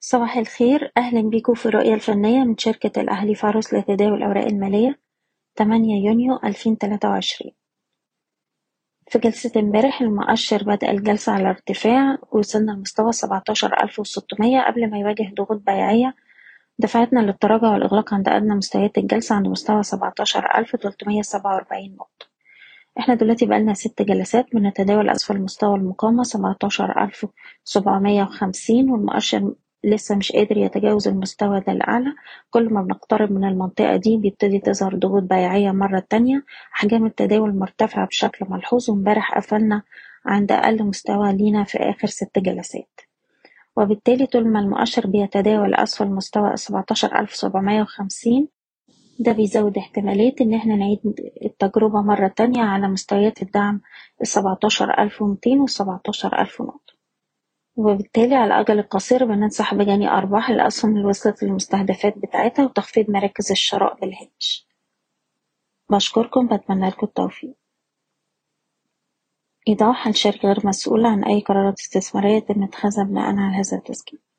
صباح الخير، أهلا بيكم في الرؤية الفنية من شركة الأهلي فارس لتداول الأوراق المالية 8 يونيو 2023. في جلسة امبارح المؤشر بدأ الجلسة على ارتفاع ووصلنا لمستوى 17600 قبل ما يواجه ضغوط بيعية دفعتنا للتراجع والإغلاق عند أدنى مستويات الجلسة عند مستوى 17347 نقطة. احنا دلوقتي بقالنا 6 جلسات بنتداول أسفل مستوى المقاومة 17750 والمؤشر لسه مش قادر يتجاوز المستوى ده الأعلى. كل ما بنقترب من المنطقة دي بيبتدي تظهر ضغوط بيعية مرة تانية. أحجام التداول مرتفعة بشكل ملحوظ، وامبارح قفلنا عند أقل مستوى لينا في آخر 6 جلسات، وبالتالي طول ما المؤشر بيتداول أسفل مستوى 17750 ده بيزود احتمالية إن احنا نعيد التجربة مرة تانية على مستويات الدعم 17200 و17000 نقطة، وبالتالي على الأجل القصير بننصح بجني أرباح الأسهم اللي وصلت للمستهدفات بتاعتها وتخفيض مراكز الشراء بالهامش. بشكركم، بتمنى لكم التوفيق. إيضاح: الشركة غير مسؤولة عن أي قرارات استثمارية يتم اتخاذها بناء على هذا التسجيل.